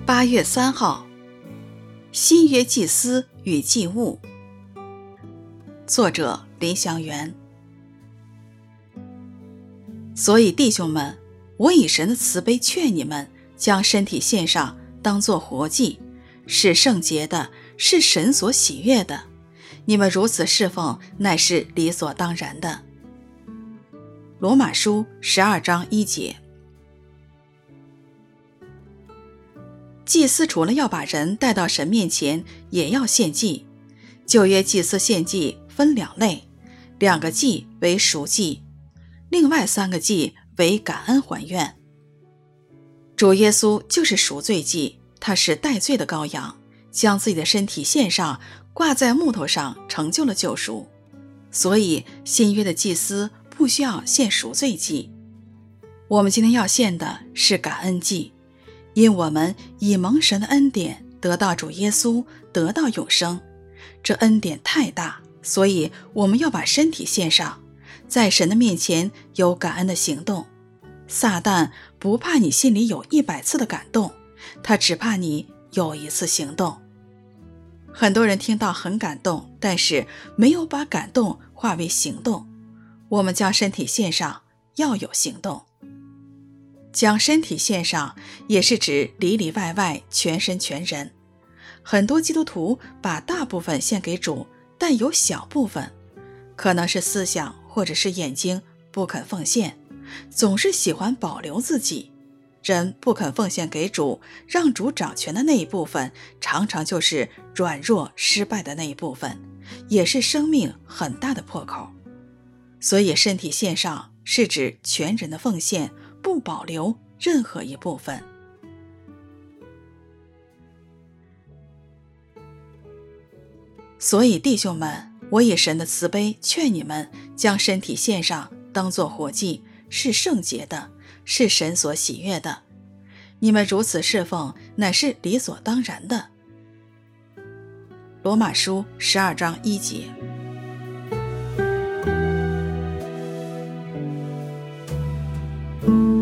8月3号，新约祭司与祭物，作者林祥元。所以弟兄们，我以神的慈悲劝你们，将身体献上，当作活祭，是圣洁的，是神所喜悦的。你们如此侍奉，乃是理所当然的。罗马书12章1节。祭司除了要把人带到神面前，也要献祭。旧约祭司献祭分2类，2个祭为赎祭，另外3个祭为感恩还愿。主耶稣就是赎罪祭，他是代罪的羔羊，将自己的身体献上，挂在木头上，成就了救赎。所以新约的祭司不需要献赎罪祭。我们今天要献的是感恩祭，因我们以蒙神的恩典得到主耶稣，得到永生。这恩典太大，所以我们要把身体献上，在神的面前有感恩的行动。撒旦不怕你心里有100次的感动，他只怕你有1次行动。很多人听到很感动，但是没有把感动化为行动。我们将身体献上，要有行动。将身体献上也是指里里外外全身全人。很多基督徒把大部分献给主，但有小部分，可能是思想或者是眼睛不肯奉献，总是喜欢保留自己。人不肯奉献给主，让主掌权的那一部分，常常就是软弱失败的那一部分，也是生命很大的破口。所以身体献上是指全人的奉献，不保留任何一部分。所以弟兄们，我以神的慈悲劝你们，将身体献上，当作活祭，是圣洁的，是神所喜悦的。你们如此侍奉，乃是理所当然的。罗马书12章1节。